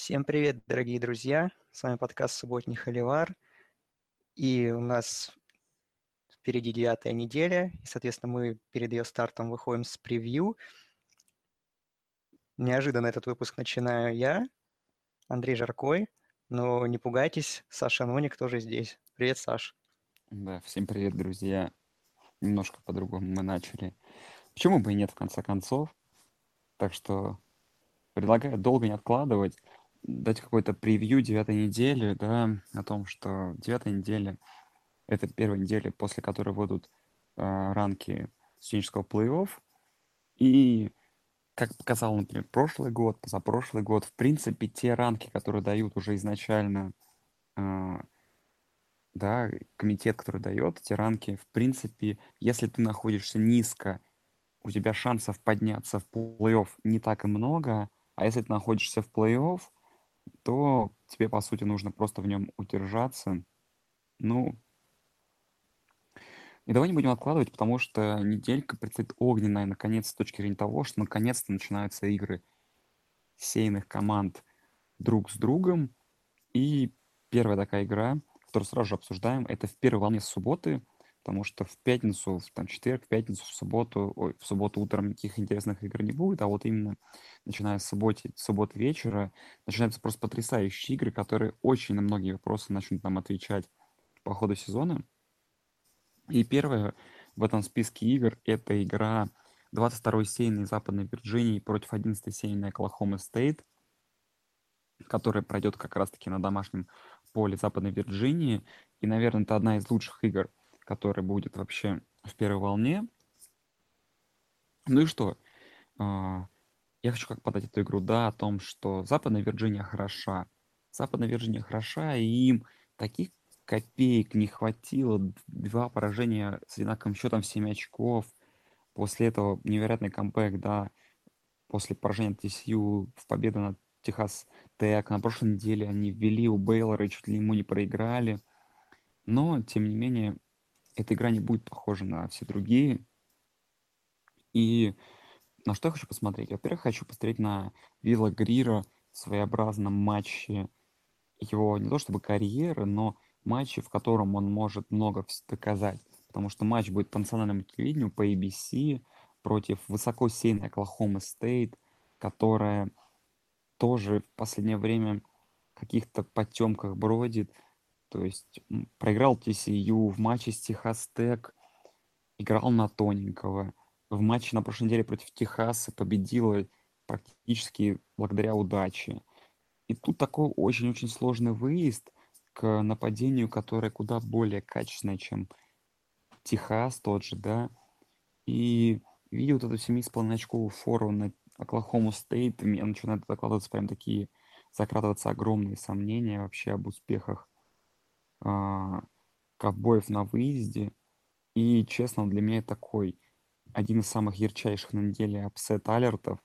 Всем привет, дорогие друзья! С вами подкаст «Субботний Холивар». И у нас впереди 9-я неделя. И, соответственно, мы перед ее стартом выходим с превью. Неожиданно этот выпуск начинаю я, Андрей Жаркой. Но не пугайтесь, Саша Ноник тоже здесь. Привет, Саш. Да, всем привет, друзья. Немножко по-другому мы начали. Почему бы и нет, в конце концов? Так что предлагаю долго не откладывать, дать какой-то превью 9-й недели, да, о том, что 9-я неделя — это первая неделя, после которой будут ранки студенческого плей-офф. И, как показал, например, прошлый год, позапрошлый год, в принципе, те ранки, которые дают уже изначально а, да, комитет, который дает эти ранки, в принципе, если ты находишься низко, у тебя шансов подняться в плей-офф не так и много, а если ты находишься в плей-офф, то тебе, по сути, нужно просто в нем удержаться. Ну, и давай не будем откладывать, потому что неделька предстоит огненная, наконец, с точки зрения того, что наконец-то начинаются игры сейных команд друг с другом. И первая такая игра, которую сразу же обсуждаем, это в первой волне с субботы, потому что в пятницу, в четверг, в пятницу, в субботу, в субботу утром никаких интересных игр не будет, а вот именно начиная с субботы вечера начинаются просто потрясающие игры, которые очень на многие вопросы начнут нам отвечать по ходу сезона. И первая в этом списке игр — это игра 22-й сейной Западной Вирджинии против 11-й сейной Оклахома Стейт, которая пройдет как раз-таки на домашнем поле Западной Вирджинии. И, наверное, это одна из лучших игр, которая будет вообще в первой волне. Ну и что? А, Я хочу как подать эту игру, да, о том, что Западная Вирджиния хороша. Западная Вирджиния хороша, и им таких копеек не хватило. Два поражения с одинаковым счетом в 7 очков. После этого невероятный камбэк, да, после поражения TCU в победу над Техас Тек. На прошлой неделе они ввели у Бейлора и чуть ли ему не проиграли. Но, тем не менее, эта игра не будет похожа на все другие. И на что я хочу посмотреть? Во-первых, хочу посмотреть на Вилла Грира в своеобразном матче его не то чтобы карьеры, но матче, в котором он может много доказать. Потому что матч будет по национальному телевидению, по ABC, против высокосейной Оклахома Стейт, которая тоже в последнее время в каких-то потемках бродит. То есть проиграл TCU в матче с Техас Тек, играл на тоненького. В матче на прошлой неделе против Техаса победила практически благодаря удаче. И тут такой очень-очень сложный выезд к нападению, которое куда более качественное, чем Техас тот же, да. И видя вот эту 7,5-очковую фору на Оклахому Стейт, мне начинают закладываться прям такие, закрадываться огромные сомнения вообще об успехах а, ковбоев на выезде. И, честно, для меня такой один из самых ярчайших на неделе апсет-алертов.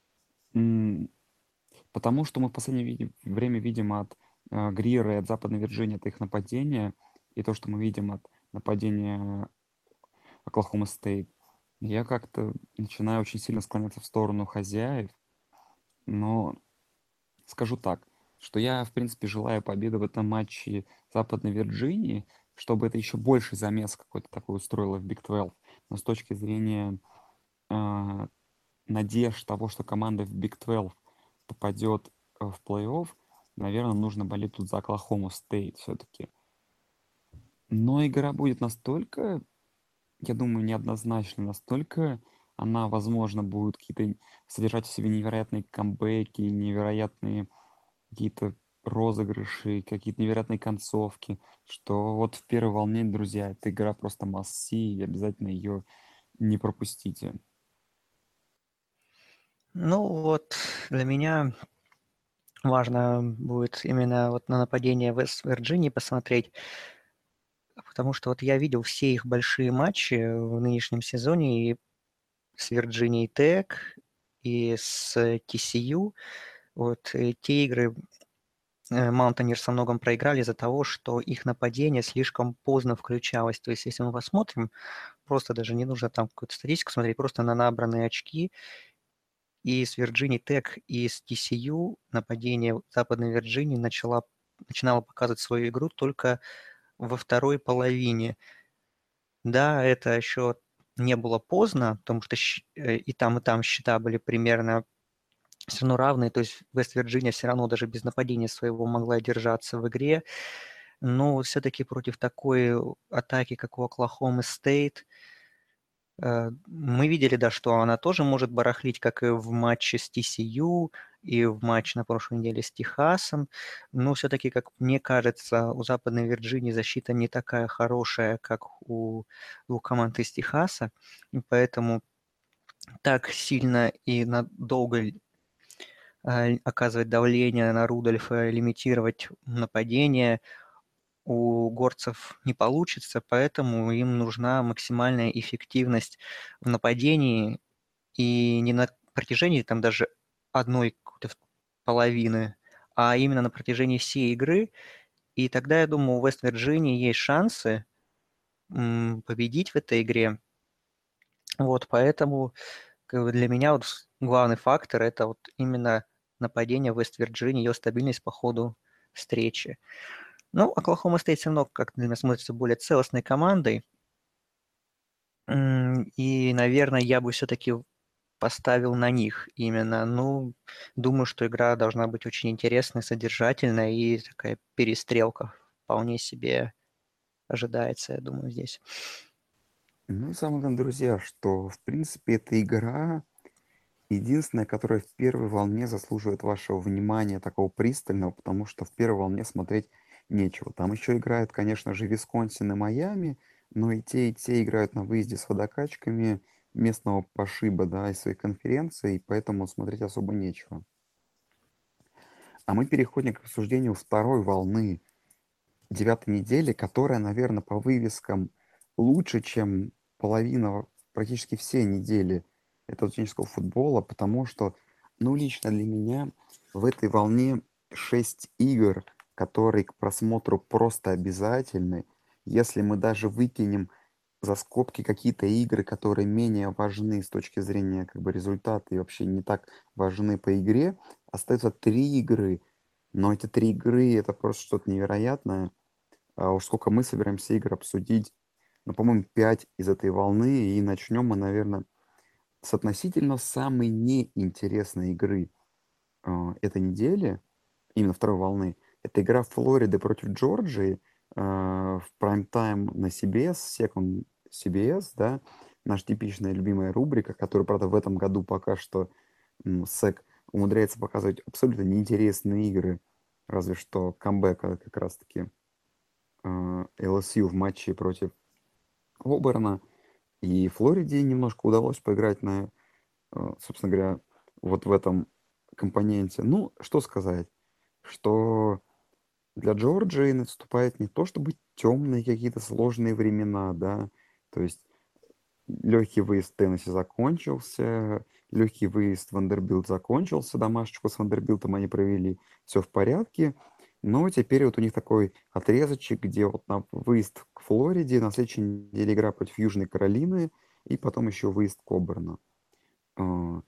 М, Потому что мы в последнее время видим от Грира и от Западной Вирджинии, это их нападение, и то, что мы видим от нападения Оклахома Стейт. Я как-то начинаю очень сильно склоняться в сторону хозяев, но скажу так, что я, в принципе, желаю победы в этом матче Западной Вирджинии, чтобы это еще больше замес какой-то такой устроило в Big 12. Но с точки зрения а, надежд того, что команда в Big 12 попадет в плей-офф, наверное, нужно болеть тут за Оклахому Стейт все-таки. Но игра будет настолько, я думаю, неоднозначной, настолько она, возможно, будет какие-то содержать в себе невероятные камбэки, невероятные какие-то розыгрыши, какие-то невероятные концовки, что вот в первой волне, друзья, эта игра просто must see, и обязательно ее не пропустите. Ну вот, для меня важно будет именно вот на нападение Вест-Вирджинии посмотреть, потому что вот я видел все их большие матчи в нынешнем сезоне, и с Virginia Tech, и с TCU. Вот те игры Mountaineers во многом проиграли из-за того, что их нападение слишком поздно включалось. То есть, если мы посмотрим, просто даже не нужно там какую-то статистику смотреть, просто на набранные очки, и с Virginia Tech, и с TCU нападение Западной Вирджинии начинало показывать свою игру только во второй половине. Да, это еще не было поздно, потому что и там счета были примерно все равно равные, то есть Вест-Вирджиния все равно даже без нападения своего могла держаться в игре, но все-таки против такой атаки, как у Оклахомы Стейт, мы видели, да, что она тоже может барахлить, как и в матче с TCU, и в матче на прошлой неделе с Техасом. Но все-таки, как мне кажется, у Западной Вирджинии защита не такая хорошая, как у двух команд из Техаса. И поэтому так сильно и надолго оказывать давление на Рудольфа, лимитировать нападение у горцев не получится, поэтому им нужна максимальная эффективность в нападении, и не на протяжении там даже одной какой-то половины, а именно на протяжении всей игры. И тогда, я думаю, у Вест-Вирджинии есть шансы победить в этой игре. Вот, поэтому как бы для меня вот главный фактор – это вот именно нападение Вест-Вирджинии, ее стабильность по ходу встречи. Ну, Оклахома Стейт все равно как для меня смотрится более целостной командой. И, наверное, я бы все-таки поставил на них именно. Ну, думаю, что игра должна быть очень интересной, содержательной, и такая перестрелка вполне себе ожидается, я думаю, здесь. Ну и самое главное, друзья, что, в принципе, эта игра единственная, которая в первой волне заслуживает вашего внимания такого пристального, потому что в первой волне смотреть нечего. Там еще играют, конечно же, Висконсин и Майами, но и те играют на выезде с водокачками местного пошиба, да, из своей конференции, и поэтому смотреть особо нечего. А мы переходим к обсуждению второй волны девятой недели, которая, наверное, по вывескам лучше, чем половина практически всей недели этого студенческого футбола, потому что, ну, лично для меня в этой волне 6 игр, которые к просмотру просто обязательны. Если мы даже выкинем за скобки какие-то игры, которые менее важны с точки зрения как бы результата и вообще не так важны по игре, остается 3 игры. Но эти 3 игры это просто что-то невероятное. А уж сколько мы собираемся игр обсудить, ну, по-моему, 5 из этой волны, и начнем мы, наверное, с относительно самой неинтересной игры этой недели, именно второй волны. Это игра Флориды против Джорджии в прайм-тайм на CBS, Second CBS, да, наша типичная любимая рубрика, которая, правда, в этом году пока что SEC умудряется показывать абсолютно неинтересные игры, разве что камбэка как раз-таки LSU в матче против Оберна. И Флориде немножко удалось поиграть на, собственно говоря, вот в этом компоненте. Ну, что сказать, что для Джорджии наступает не то чтобы темные какие-то сложные времена, да, то есть легкий выезд в Теннесси закончился, легкий выезд в Вандербилт закончился, домашечку с Вандербилтом они провели, все в порядке. Но теперь вот у них такой отрезочек, где вот на выезд к Флориде, на следующей неделе игра против Южной Каролины, и потом еще выезд к Оберну. А,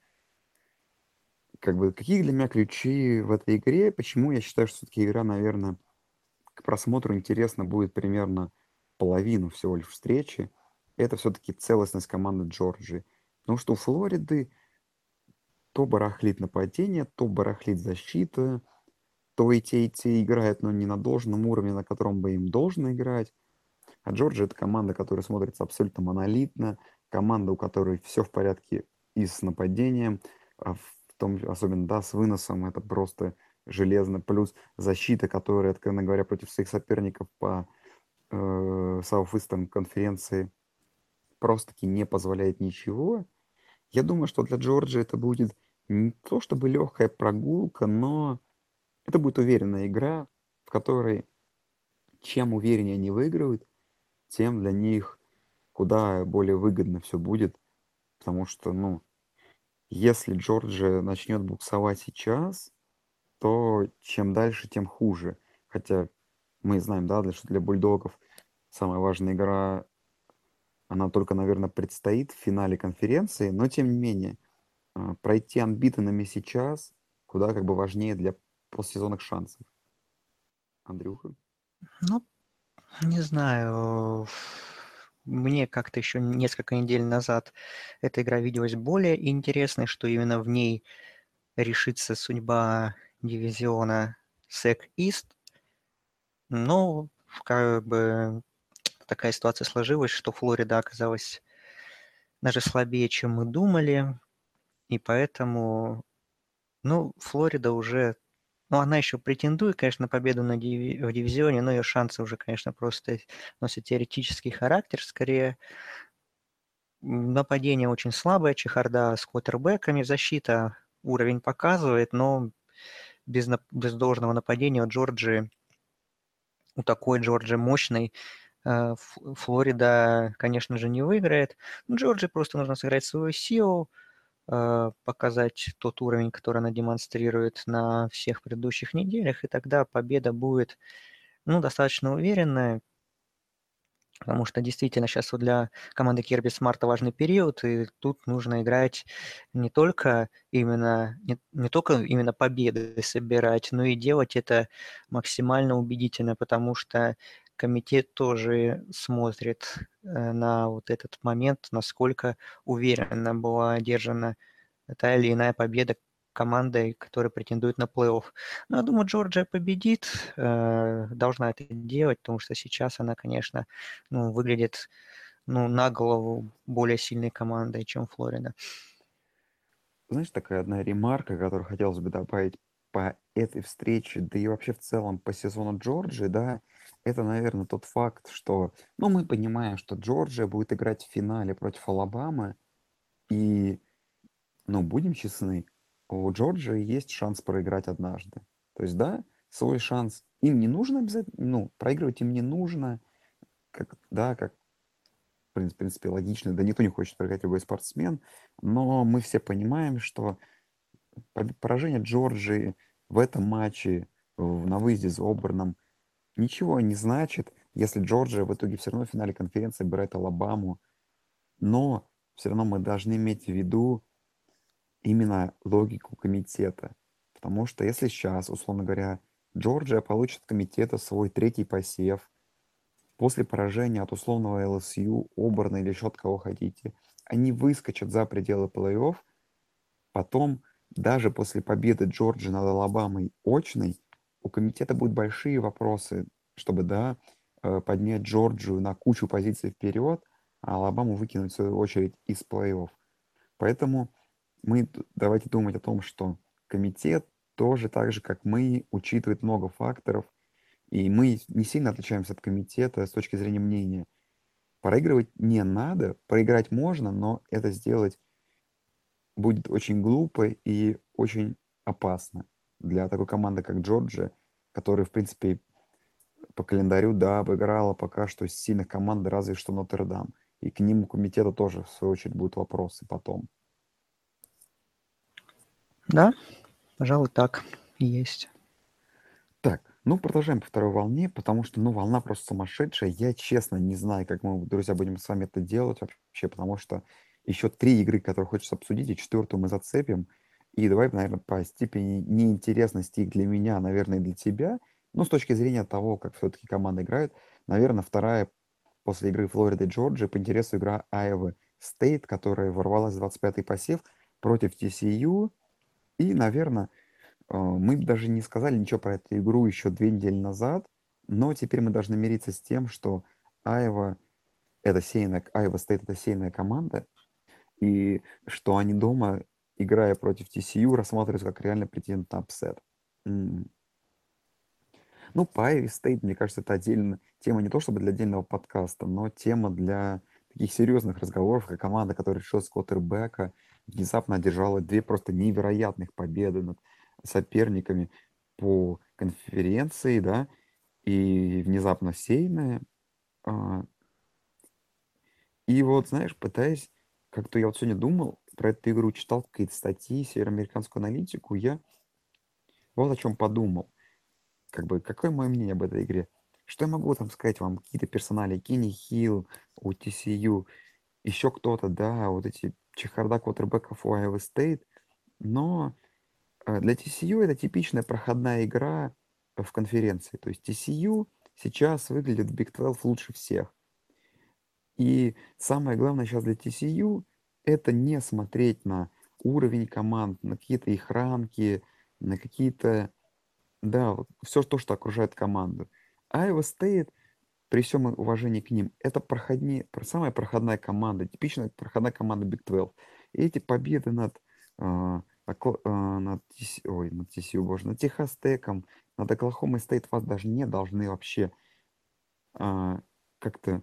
Как бы, какие для меня ключи в этой игре? Почему я считаю, что все-таки игра, наверное, к просмотру интересно будет примерно половину всего лишь встречи? Это все-таки целостность команды Джорджии. Потому что у Флориды то барахлит нападение, то барахлит защита, то и те играют, но не на должном уровне, на котором бы им должно играть. А Джорджия — это команда, которая смотрится абсолютно монолитно, команда, у которой все в порядке и с нападением, а в том, особенно, да, с выносом, это просто железно, плюс защита, которая, откровенно говоря, против своих соперников по Southeastern конференции просто-таки не позволяет ничего. Я думаю, что для Джорджии это будет не то чтобы легкая прогулка, но это будет уверенная игра, в которой чем увереннее они выиграют, тем для них куда более выгодно все будет. Потому что, ну, если Джорджия начнет буксовать сейчас, то чем дальше, тем хуже. Хотя мы знаем, да, что для бульдогов самая важная игра, она только, наверное, предстоит в финале конференции, но тем не менее, пройти анбитенными сейчас куда как бы важнее для постсезонных шансов. Андрюха? Ну, не знаю. Мне как-то еще несколько недель назад эта игра виделась более интересной, что именно в ней решится судьба дивизиона SEC East. Но как бы такая ситуация сложилась, что Флорида оказалась даже слабее, чем мы думали, и поэтому, ну, Флорида уже, ну, она еще претендует, конечно, на победу в дивизионе, но ее шансы уже, конечно, просто носят теоретический характер скорее. Нападение очень слабое, чехарда с квотербеками, защита уровень показывает, но без должного нападения у Джорджии, у такой Джорджии мощной, Флорида, конечно же, не выиграет. Джорджии просто нужно сыграть свою силу, показать тот уровень, который она демонстрирует на всех предыдущих неделях, и тогда победа будет, ну, достаточно уверенная. Потому что действительно сейчас вот для команды Кирби Смарта важный период, и тут нужно играть не только именно победы собирать, но и делать это максимально убедительно, потому что комитет тоже смотрит на вот этот момент, насколько уверенно была одержана та или иная победа командой, которая претендует на плей-офф. Но я думаю, Джорджия победит, должна это делать, потому что сейчас она, конечно, ну, выглядит, ну, на голову более сильной командой, чем Флорида. Знаешь, такая одна ремарка, которую хотелось бы добавить по этой встрече, да и вообще в целом по сезону Джорджии, да, это, наверное, тот факт, что, ну, мы понимаем, что Джорджия будет играть в финале против Алабамы, и, ну, будем честны, у Джорджии есть шанс проиграть однажды. То есть, да, свой шанс им не нужно обязательно, ну, проигрывать им не нужно, как, да, как в принципе, логично, да никто не хочет проиграть, любой спортсмен, но мы все понимаем, что поражение Джорджии в этом матче на выезде за Оберном ничего не значит, если Джорджия в итоге все равно в финале конференции играет Алабаму. Но все равно мы должны иметь в виду именно логику комитета. Потому что если сейчас, условно говоря, Джорджия получит от комитета свой третий посев, после поражения от условного ЛСЮ, Оберна или еще от кого хотите, они выскочат за пределы плей-офф. Потом, даже после победы Джорджии над Алабамой очной, у комитета будут большие вопросы, чтобы, да, поднять Джорджию на кучу позиций вперед, а Алабаму выкинуть, в свою очередь, из плей-офф. Поэтому давайте думать о том, что комитет тоже так же, как мы, учитывает много факторов, и мы не сильно отличаемся от комитета с точки зрения мнения. Проигрывать не надо, проиграть можно, но это сделать будет очень глупо и очень опасно для такой команды, как Джорджия, которая, в принципе, по календарю, да, обыграла пока что из сильных команд, разве что Нотр-Дам. И к ним, к комитету тоже, в свою очередь, будут вопросы потом. Да, пожалуй, так и есть. Так, ну продолжаем по второй волне, потому что, ну, волна просто сумасшедшая. Я, честно, не знаю, как мы, друзья, будем с вами это делать вообще, потому что еще 3 игры, которые хочется обсудить, и четвертую мы зацепим. И давай, наверное, по степени неинтересности их для меня, наверное, и для тебя, ну, с точки зрения того, как все-таки команда играет, наверное, вторая после игры Флориды и Джорджии по интересу игра Айовы Стейт, которая ворвалась в 25-й посев против TCU. И, наверное, мы даже не сказали ничего про эту игру еще 2 недели назад, но теперь мы должны мириться с тем, что Айва Айва Стейт это сильная команда, и что они дома, играя против TCU, рассматриваются как реально претендент на апсет. М. Ну, по Айве Стейт, мне кажется, это отдельно тема не то чтобы для отдельного подкаста, но тема для таких серьезных разговоров, как команда, которая решила с квотербека, внезапно одержала 2 просто невероятных победы над соперниками по конференции, да, и внезапно сейная. А, И вот, знаешь, пытаясь, как-то я вот сегодня думал про эту игру, читал какие-то статьи, североамериканскую аналитику, я вот о чем подумал. Как бы, какое мое мнение об этой игре? Что я могу там сказать вам? Какие-то персонали, Кенни Хилл, у TCU, еще кто-то, да, вот эти чехарда квотербеков у Iowa State, но для TCU это типичная проходная игра в конференции. То есть TCU сейчас выглядит в Big 12 лучше всех. И самое главное сейчас для TCU это не смотреть на уровень команд, на какие-то их рамки, на какие-то, да, вот все то, что окружает команду. Iowa State, при всем уважении к ним, это самая проходная команда, типичная проходная команда Big 12. И эти победы над TCU, боже, над Техас Теком, над Оклахомой Стейт вас даже не должны вообще а, как-то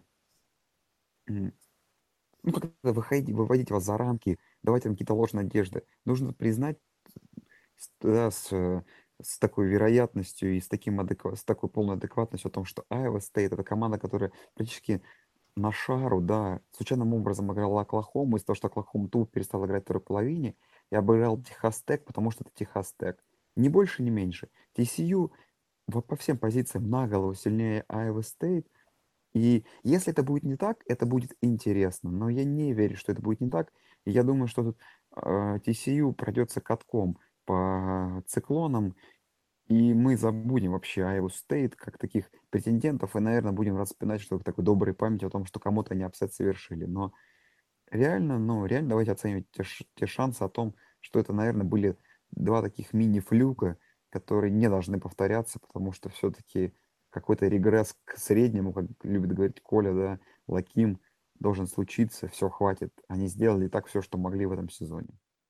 ну, как-то выводить вас за рамки, давать им какие-то ложные надежды. Нужно признать да, с такой вероятностью и с такой полной адекватностью о том, что Iowa State это команда, которая практически на шару, да, случайным образом играла Оклахому, из-за того, что Оклахома тупо перестал играть в второй половине, и обыграл Техас Тек, потому что это Техас Тек. Ни больше, ни меньше. TCU вот по всем позициям на голову сильнее Iowa State, и если это будет не так, это будет интересно. Но я не верю, что это будет не так. И я думаю, что тут TCU пройдется катком по циклонам, и мы забудем вообще Iowa State как таких претендентов, и, наверное, будем распинать что-то такой доброй памяти о том, что кому-то они апсет совершили. Но реально, ну, реально давайте оценивать те шансы о том, что это, наверное, были два таких мини-флюка, которые не должны повторяться, потому что все-таки какой-то регресс к среднему, как любит говорить Коля, да, Лаким, должен случиться, все, хватит. Они сделали так все, что могли в этом сезоне.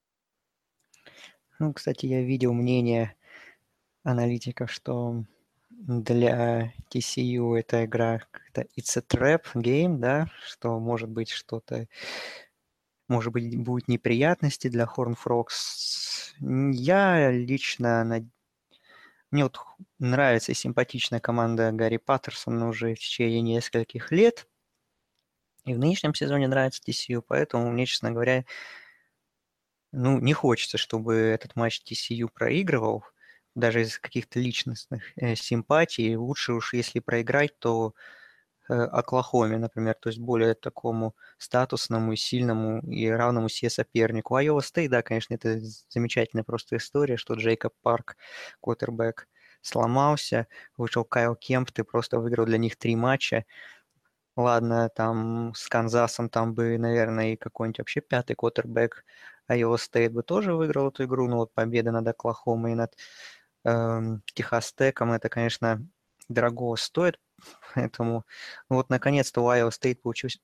Ну, кстати, я видел мнение аналитиков, что для TCU эта игра как-то it's a trap game, да, что может быть что-то, может быть, будут неприятности для Horned Frogs. Я лично, мне вот нравится и симпатичная команда Гарри Паттерсона уже в течение нескольких лет, и в нынешнем сезоне нравится TCU, поэтому мне, честно говоря, ну, не хочется, чтобы этот матч TCU проигрывал, даже из каких-то личностных симпатий. Лучше уж, если проиграть, то Оклахоме, например, то есть более такому статусному и сильному и равному себе сопернику. Айова Стейт, да, конечно, это замечательная просто история, что Джейкоб Парк, квотербек, сломался, вышел Кайл Кемп, ты просто выиграл для них 3 матча. Ладно, там с Канзасом там бы, наверное, и какой-нибудь вообще пятый квотербек Айова Стейт бы тоже выиграл эту игру, но вот победа над Оклахомой и над Техас Теком, это, конечно, дорого стоит, поэтому ну вот наконец-то у Iowa State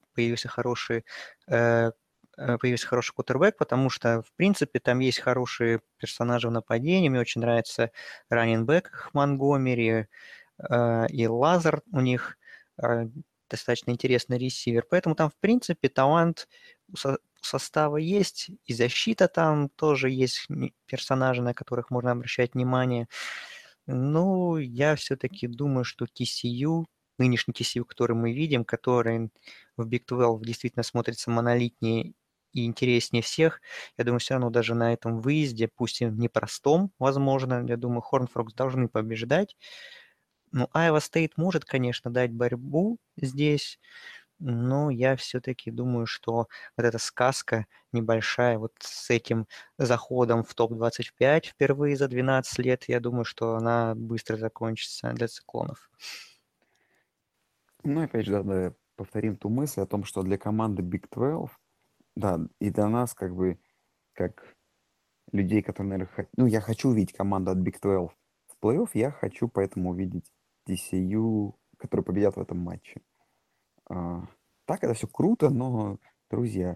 э, появился хороший квотербек, потому что, в принципе, там есть хорошие персонажи в нападении. Мне очень нравится раннинбэк Монгомери и Лазар у них э, достаточно интересный ресивер. Поэтому там, в принципе, талант у состава есть, и защита там тоже есть персонажи, на которых можно обращать внимание. Ну, я все-таки думаю, что TCU, нынешний TCU, который мы видим, который в Big 12 действительно смотрится монолитнее и интереснее всех, я думаю, все равно даже на этом выезде, пусть и непростом, возможно, я думаю, Horned Frogs должны побеждать. Ну, Iowa State может, конечно, дать борьбу здесь, но я все-таки думаю, что вот эта сказка небольшая, вот с этим заходом в топ-25 впервые за 12 лет, я думаю, что она быстро закончится для циклонов. Ну, опять же, да, повторим ту мысль о том, что для команды Big 12, да, и для нас, как бы, как людей, которые, наверное, ну, я хочу увидеть команду от Big 12 в плей-офф, я хочу поэтому увидеть TCU, которые победят в этом матче. А, так это все круто, но, друзья,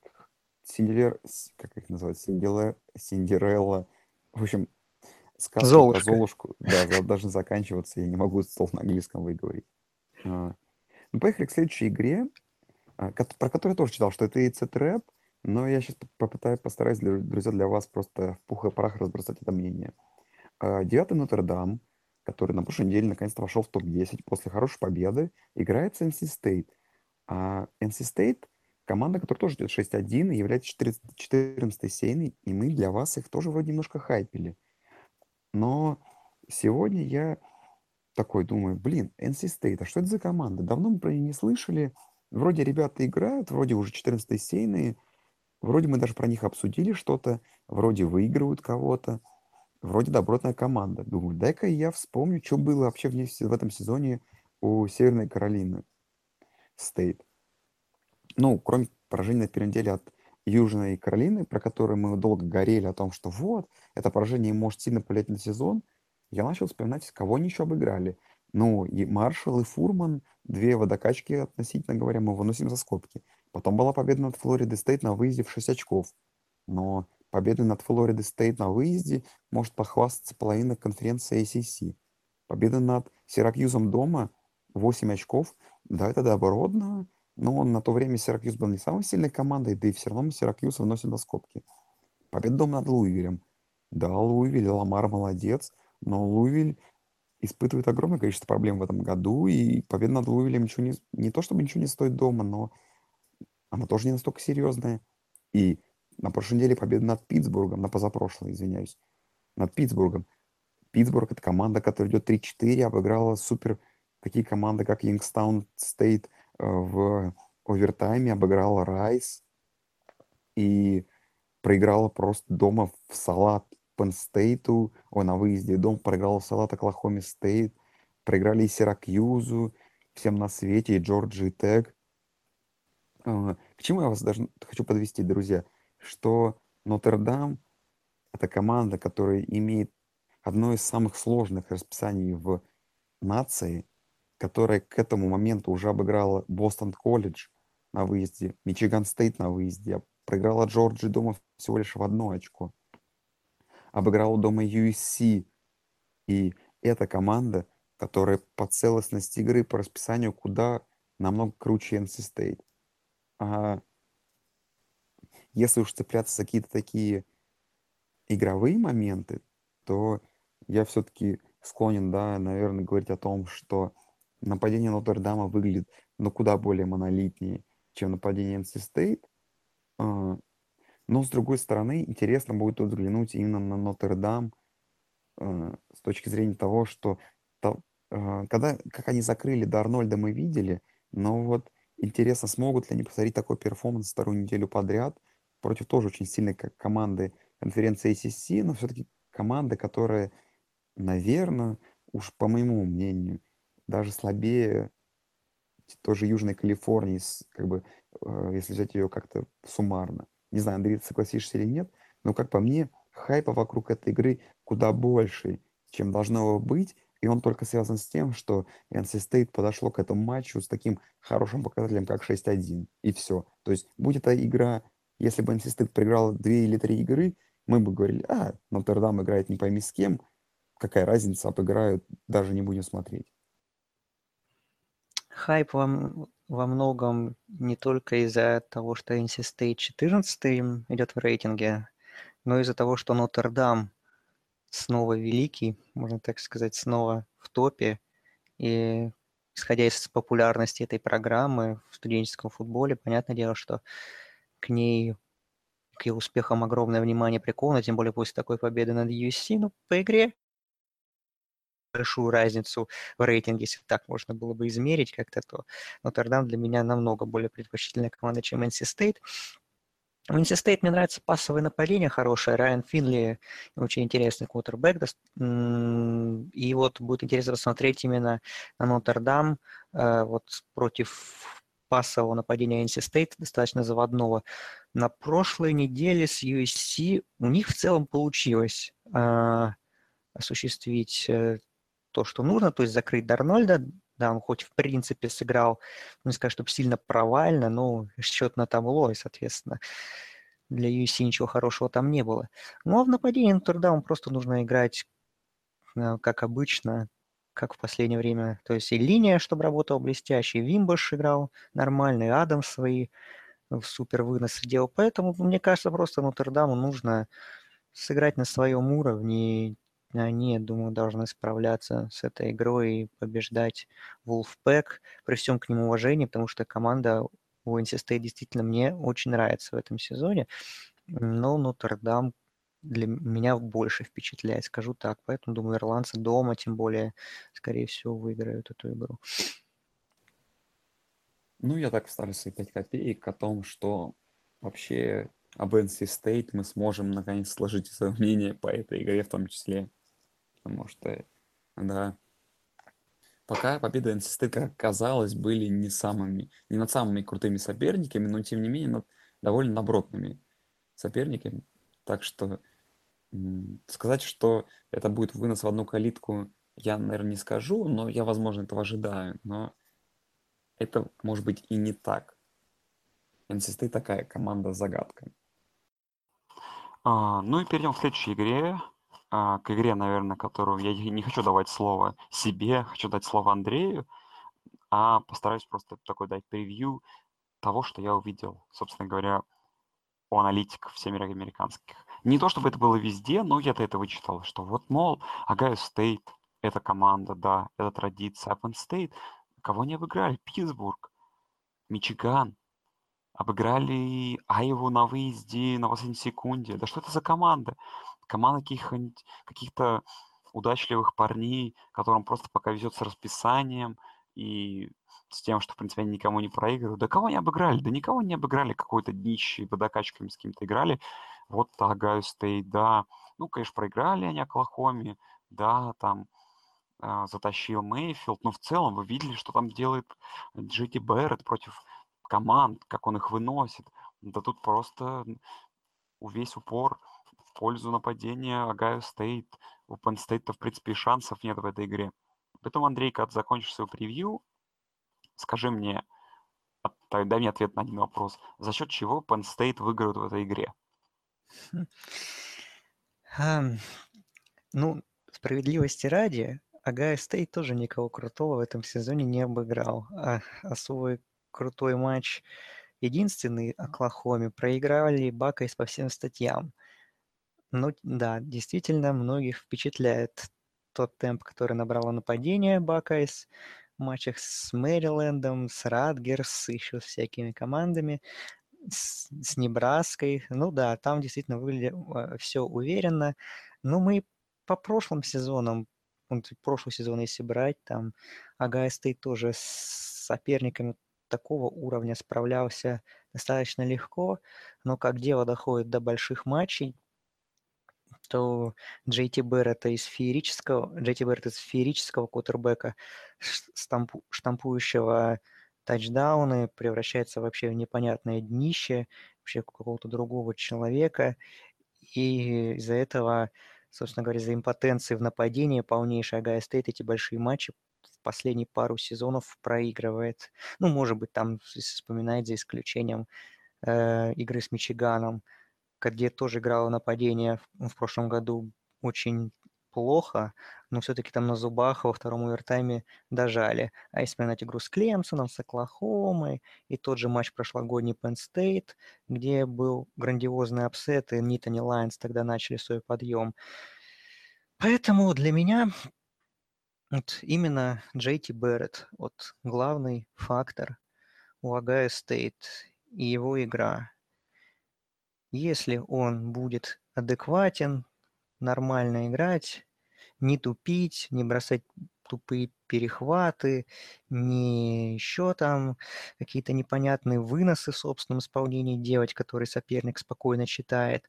как их называют, Синдерелла, в общем, сказки про Золушка. Золушку, да, должны заканчиваться, я не могу это слово на английском выговорить. А, ну, поехали к следующей игре, про которую я тоже читал, что это It's a Trap, но я сейчас постараюсь, друзья, для вас просто в пух и прах разбросать это мнение. Девятый Нотр-Дам, который на прошлой неделе наконец-то вошел в топ-10 после хорошей победы, играет с NC State. А NC State — команда, которая тоже идет 6-1 и является 14-й сейной, и мы для вас их тоже вроде немножко хайпили. Но сегодня я такой думаю, блин, NC State, а что это за команда? Давно мы про нее не слышали. Вроде ребята играют, вроде уже 14-й сейные, Вроде мы даже про них обсудили что-то, вроде выигрывают кого-то, вроде добротная команда. Думаю, дай-ка я вспомню, что было вообще в этом сезоне у Северной Каролины Стейт. Ну, кроме поражения на первой неделе от Южной Каролины, про которую мы долго горели о том, что вот, это поражение может сильно повлиять на сезон, я начал вспоминать, кого они еще обыграли. Ну, и Маршалл, и Фурман, две водокачки, относительно говоря, мы выносим за скобки. Потом была победа над Флорида Стейт на выезде в 6 очков. Но победа над Флорида Стейт на выезде может похвастаться половина конференции ACC. Победа над Сиракьюзом дома 8 очков, да, это добротно, но на то время Сиракьюз был не самой сильной командой, да и все равно мы Сиракьюз выносим на скобки. Победа дома над Луивилем. Да, Луивиль, Ламар молодец, но Луивиль испытывает огромное количество проблем в этом году, и победа над Луивилем ничего не то чтобы ничего не стоит дома, но она тоже не настолько серьезная. И на прошлой неделе победа над Питтсбургом, на позапрошлой, извиняюсь, над Питтсбургом. Питтсбург — это команда, которая идет 3-4, обыграла супер такие команды, как Янгстаун Стейт в овертайме, обыграла Райс и проиграла просто дома в салат Penn Стейту, ой, на выезде дома проиграла в салат Оклахоме Стейт, проиграли и Сиракьюзу, всем на свете, и Джорджии Тек. К чему я вас даже хочу подвести, друзья, что Нотр-Дам — это команда, которая имеет одно из самых сложных расписаний в нации, которая к этому моменту уже обыграла Бостон Колледж на выезде, Мичиган Стейт на выезде, проиграла Джорджии дома всего лишь в одно очко, обыграла дома USC. И эта команда, которая по целостности игры, по расписанию куда намного круче NC State. А если уж цепляться за какие-то такие игровые моменты, то я все-таки склонен, да, наверное, говорить о том, что нападение Нотр-Дама выглядит, ну, куда более монолитнее, чем нападение NC State. А, Но, с другой стороны, интересно будет тут взглянуть именно на Нотр-Дам с точки зрения того, что когда, как они закрыли до Арнольда, мы видели, но вот интересно, смогут ли они повторить такой перформанс вторую неделю подряд против тоже очень сильной команды конференции ACC, но все-таки команды, которая, наверное, уж по моему мнению, даже слабее тоже Южной Калифорнии, как бы, если взять ее как-то суммарно. Не знаю, Андрей, ты согласишься или нет, но, как по мне, хайпа вокруг этой игры куда больше, чем должно быть, и он только связан с тем, что NC State подошло к этому матчу с таким хорошим показателем, как 6-1, и все. То есть, будь эта игра, если бы NC State проиграла 2 или 3 игры, мы бы говорили, Нотр-Дам играет не пойми с кем, какая разница, обыграют, даже не будем смотреть. Хайп во многом не только из-за того, что NC State 14 идет в рейтинге, но из-за того, что Нотр-Дам снова великий, можно так сказать, снова в топе. И исходя из популярности этой программы в студенческом футболе, понятное дело, что к ней, к ее успехам огромное внимание приковано, тем более после такой победы над USC. Ну, по игре большую разницу в рейтинге, если так можно было бы измерить как-то, то Нотр-Дам для меня намного более предпочтительная команда, чем NC State. У NC State мне нравится пассовое нападение хорошее. Райан Финли очень интересный квотербек. И вот будет интересно посмотреть именно на Нотр-Дам вот против пассового нападения NC State, достаточно заводного. На прошлой неделе с USC у них в целом получилось осуществить то, что нужно, то есть закрыть Дарнольда. Да, он хоть в принципе сыграл, не сказать, чтобы сильно провально, но счет на табло, и, соответственно, для USC ничего хорошего там не было. Ну, а в нападении Нотр-Дам просто нужно играть, как обычно, как в последнее время. То есть и линия, чтобы работала блестяще, и Вимбаш играл нормально, и Адамс свои супер выносы делал. Поэтому, мне кажется, просто Нотр-Даму нужно сыграть на своем уровне. И они, я думаю, должны справляться с этой игрой и побеждать Wolfpack при всем к нему уважении, потому что команда у NC State действительно мне очень нравится в этом сезоне. Но Нотр-Дам для меня больше впечатляет, скажу так. Поэтому, думаю, ирландцы дома, тем более, скорее всего, выиграют эту игру. Ну, я так вставлю свои 5 копеек о том, что вообще об NC State мы сможем наконец сложить свое мнение по этой игре в том числе. Потому что, да, пока победы NC State, как оказалось, были не над самыми крутыми соперниками, но тем не менее над довольно добротными соперниками. Так что сказать, что это будет вынос в одну калитку, я, наверное, не скажу, но я, возможно, этого ожидаю. Но это может быть и не так. NC State такая команда-загадка. Ну и перейдем к следующей игре. К игре, наверное, которую я не хочу давать слово себе, хочу дать слово Андрею, а постараюсь просто такой дать превью того, что я увидел, собственно говоря, у аналитиков североамериканских. Не то чтобы это было везде, но я-то это вычитал, что вот, мол, Огайо Стейт — это команда, да, это традиция. Penn State кого не обыграли? Питтсбург, Мичиган, обыграли Айву на выезде на последней секунде. Да что это за команда? Команда каких-то удачливых парней, которым просто пока везет с расписанием и с тем, что, в принципе, они никому не проигрывают. Да кого не обыграли? Да никого не обыграли. Какой-то днище водокачками с кем-то играли. Вот Огайо Стейт, да. Ну, конечно, проиграли они Оклахоме. Да, там затащил Мейфилд. Но в целом вы видели, что там делает Джети Берретт против команд, как он их выносит. Да тут просто весь упор в пользу нападения Огайо Стейт. У Penn State, в принципе, и шансов нет в этой игре. Поэтому, Андрей, когда ты закончишь свою превью, скажи мне, дай мне ответ на один вопрос. За счет чего Penn State выиграют в этой игре? Ну, справедливости ради, Огайо Стейт тоже никого крутого в этом сезоне не обыграл. А свой крутой матч, единственный Оклахоме, проиграли Бакайс по всем статьям. Ну да, действительно, многих впечатляет тот темп, который набрало нападение Бакайс в матчах с Мэрилендом, с Радгерс, еще с всякими командами, с Небраской. Ну да, там действительно выглядело все уверенно. Но мы по прошлым сезонам, прошлый сезон, если брать, там Огайо Стейт тоже с соперниками такого уровня справлялся достаточно легко, но как дело доходит до больших матчей, то Джей Ти Берретта из феерического квотербека, штампующего тачдауны, превращается вообще в непонятное днище, вообще в какого-то другого человека. И из-за этого, собственно говоря, из-за импотенции в нападении полнейший Огайо Стейт эти большие матчи в последние пару сезонов проигрывает. Ну, может быть, там, если вспоминать, за исключением игры с Мичиганом, где тоже играло нападение в прошлом году очень плохо, но все-таки там на зубах во втором овертайме дожали. А если вспоминать игру с Клемсоном, с Оклахомой, и тот же матч прошлогодний Penn State, где был грандиозный апсет, и Нитани Лайонс тогда начали свой подъем. Поэтому для меня вот именно Джей Ти Берретт, вот главный фактор у Огайо Стейт и его игра. Если он будет адекватен, нормально играть, не тупить, не бросать тупые перехваты, не еще там какие-то непонятные выносы в собственном исполнении делать, которые соперник спокойно читает.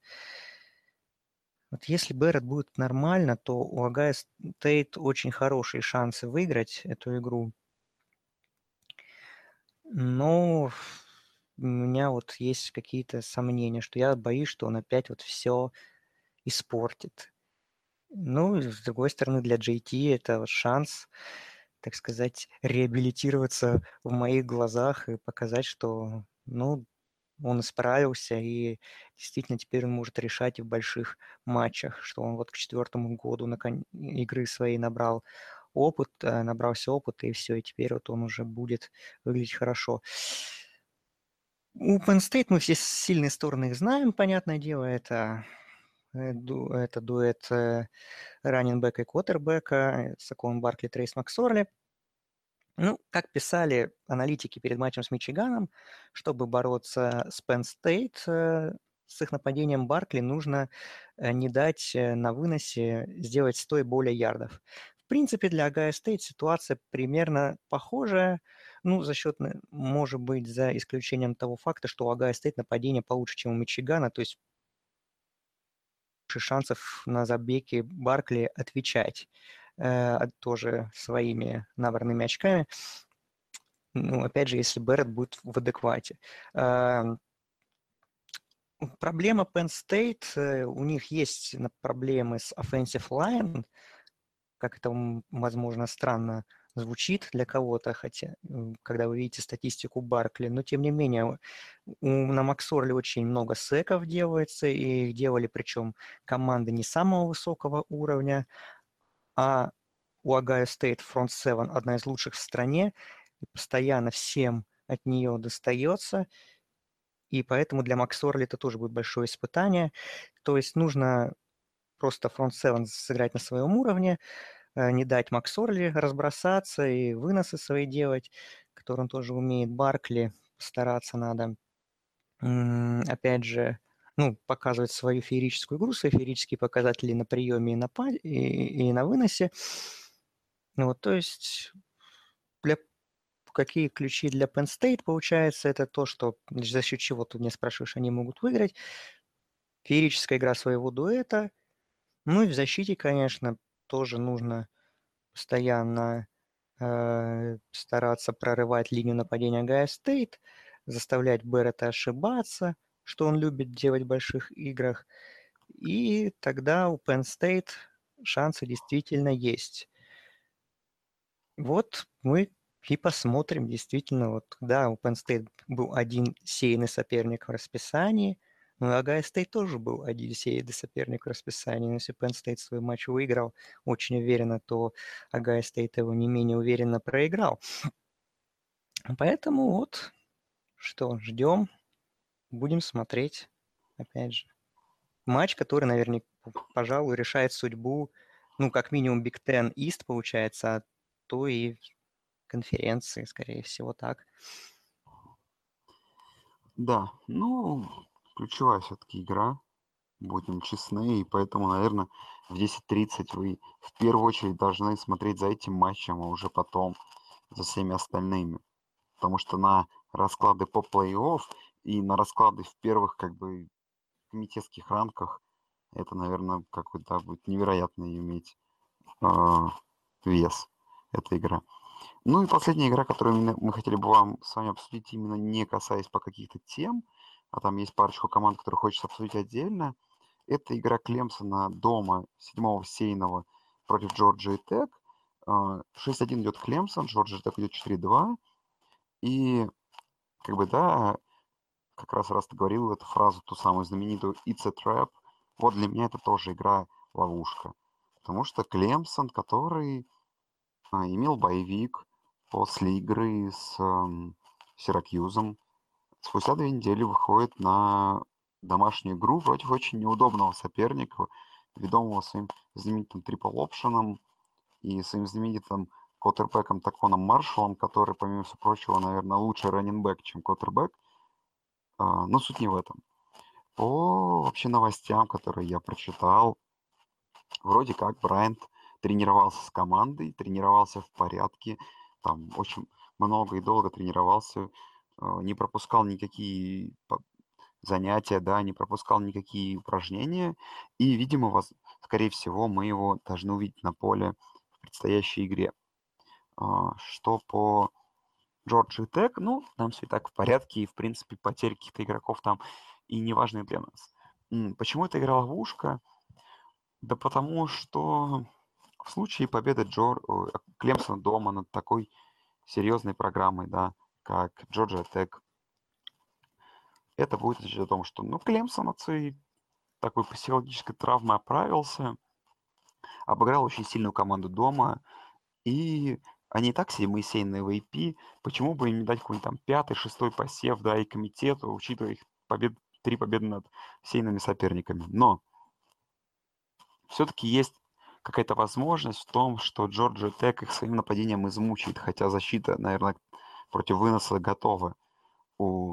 Вот если Берретт будет нормально, то у Огайо Стейт очень хорошие шансы выиграть эту игру. Но у меня вот есть какие-то сомнения, что я боюсь, что он опять вот все испортит. Ну, с другой стороны, для JT это вот шанс, так сказать, реабилитироваться в моих глазах и показать, что, ну, он исправился, и действительно теперь он может решать и в больших матчах, что он вот к 4-му году игры своей набрался опыта, и все, и теперь вот он уже будет выглядеть хорошо. У Penn State мы все сильные стороны их знаем, понятное дело, это дуэт раннинбека и квотербека, Сакон Баркли, Трейс Максорли. Ну, как писали аналитики перед матчем с Мичиганом, чтобы бороться с Penn State, с их нападением Баркли нужно не дать на выносе сделать 100 и более ярдов. В принципе, для Огайо State ситуация примерно похожая. Ну, за счет, может быть, за исключением того факта, что у Огайо Стейт нападение получше, чем у Мичигана, то есть больше шансов на забеги Баркли отвечать тоже своими набранными очками. Ну, опять же, если Берретт будет в адеквате. Проблема Penn State, у них есть проблемы с offensive line, как это, возможно, странно звучит для кого-то, хотя, когда вы видите статистику Баркли, но тем не менее на Максорли очень много секов делается, и их делали причем команды не самого высокого уровня, а у Огайо Стейт Front 7 одна из лучших в стране, и постоянно всем от нее достается, и поэтому для Максорли это тоже будет большое испытание. То есть нужно просто Front 7 сыграть на своем уровне, не дать Максорли разбросаться и выносы свои делать, которые он тоже умеет. Баркли стараться надо, опять же, ну, показывать свою феерическую игру, свои феерические показатели на приеме и на выносе. Ну, вот, то есть какие ключи для Penn State, получается, это то, что за счет чего ты меня спрашиваешь, они могут выиграть. Феерическая игра своего дуэта. Ну и в защите, конечно, тоже нужно постоянно стараться прорывать линию нападения Огайо Стейт, заставлять Беррета ошибаться, что он любит делать в больших играх. И тогда у Penn State шансы действительно есть. Вот мы и посмотрим, действительно, вот, да, у Penn State был один сеянный соперник в расписании, но у Огайо Стейт тоже был один сеянный соперник в расписании. Но если Penn State свой матч выиграл очень уверенно, то Огайо Стейт его не менее уверенно проиграл. Поэтому вот, что, ждем, будем смотреть, опять же. Матч, который, наверняка, пожалуй, решает судьбу, ну, как минимум, Big Ten East, получается, а то и конференции, скорее всего, так. Да, ну, ключевая все-таки игра, будем честны, и поэтому, наверное, в 10:30 вы в первую очередь должны смотреть за этим матчем, а уже потом за всеми остальными. Потому что на расклады по плей-офф и на расклады в первых, как бы, комитетских ранках это, наверное, какой-то будет невероятный иметь а, вес эта игра. Ну и последняя игра, которую мы хотели бы вам с вами обсудить, именно не касаясь по каких-то тем, а там есть парочку команд, которые хочется обсудить отдельно. Это игра Клемсона дома 7-го сейного против Джорджии Тек. 6-1 идет Клемсон, Джорджия Тек идет 4-2. И, как бы, да, как раз ты говорил эту фразу, ту самую знаменитую «It's a trap». Вот для меня это тоже игра-ловушка. Потому что Клемсон, который имел боевик после игры с Сиракьюзом, спустя 2 недели выходит на домашнюю игру против очень неудобного соперника, ведомого своим знаменитым трипл-опшеном и своим знаменитым квотербеком Таконом Маршаллом, который, помимо всего прочего, наверное, лучший раннинбэк, чем квотербек. Но суть не в этом. По вообще новостям, которые я прочитал, вроде как Брайант тренировался с командой, тренировался в порядке, там очень много и долго тренировался, не пропускал никакие занятия, да, не пропускал никакие упражнения, и, видимо, скорее всего, мы его должны увидеть на поле в предстоящей игре. Что по Джорджии Тек, ну, там все и так в порядке, и, в принципе, потери каких-то игроков там и не важны для нас. Почему это игра-ловушка? Да потому что в случае победы Клемсона дома над такой серьезной программой, да, как Джорджия Тек, это будет означать о том, что, ну, Клемсон от своей такой психологической травмы оправился, обыграл очень сильную команду дома, и они и так себе Моисей на MVP, почему бы им не дать какой-нибудь там 5-й, 6-й посев, да, и комитету, учитывая их 3 победы над сейными соперниками. Но все-таки есть какая-то возможность в том, что Джорджия Тек их своим нападением измучает, хотя защита, наверное, против выноса готова у